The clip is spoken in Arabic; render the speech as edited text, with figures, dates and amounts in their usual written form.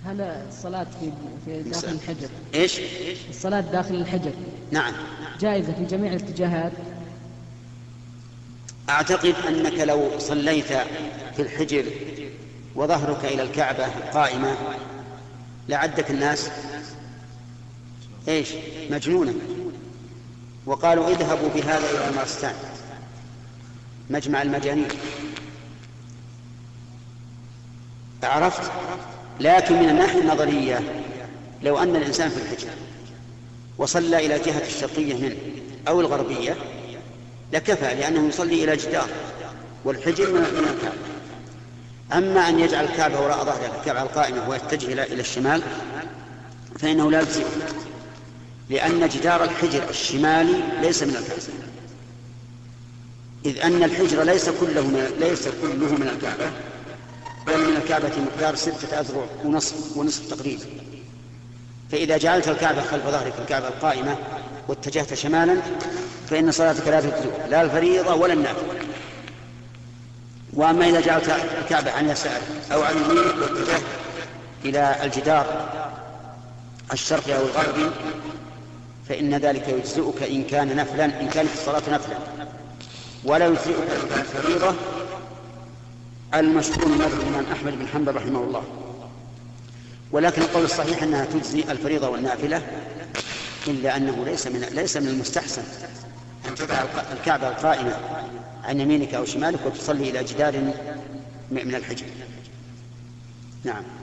هل الصلاة في داخل الحجر؟ إيش؟ الصلاة داخل الحجر نعم جائزة في جميع الاتجاهات؟ أعتقد أنك لو صليت في الحجر وظهرك إلى الكعبة قائمة لعدك الناس إيش؟ مجنونا، وقالوا اذهبوا بهذا إلى المرستان مجمع المجانين. عرفت؟ لكن من الناحية النظرية لو أن الإنسان في الحجر وصلى إلى جهة الشرقية منه أو الغربية لكفى، لأنه يصلي إلى جدار والحجر من الكعبة. أما أن يجعل الكعبة وراء ظهر الكعبة القائمة ويتجه إلى الشمال فإنه لا يجزئه، لأن جدار الحجر الشمالي ليس من الكعبة، إذ أن الحجر ليس كله من الكعبة، بل من الكعبة مقدار 6 أذرع ونصف تقريبا. فإذا جعلت الكعبة خلف ظهرك الكعبة القائمة واتجهت شمالا فإن صلاتك لا تجزئ لا الفريضة ولا النافلة. وأما إذا جعلت الكعبة عن يسارك أو عن يمينك واتجهت إلى الجدار الشرقي أو الغربي فإن ذلك يجزئك إن كان نفلا، إن كانت الصلاة نفلا، ولا يجزئك إن كانت فريضة، المشهور من مذهب الإمام أحمد بن حنبل رحمه الله. ولكن القول الصحيح أنها تجزي الفريضة والنافلة، إلا أنه ليس من المستحسن أن تضع الكعبة القائمة عن يمينك أو شمالك وتصلي إلى جدار من الحجر. نعم.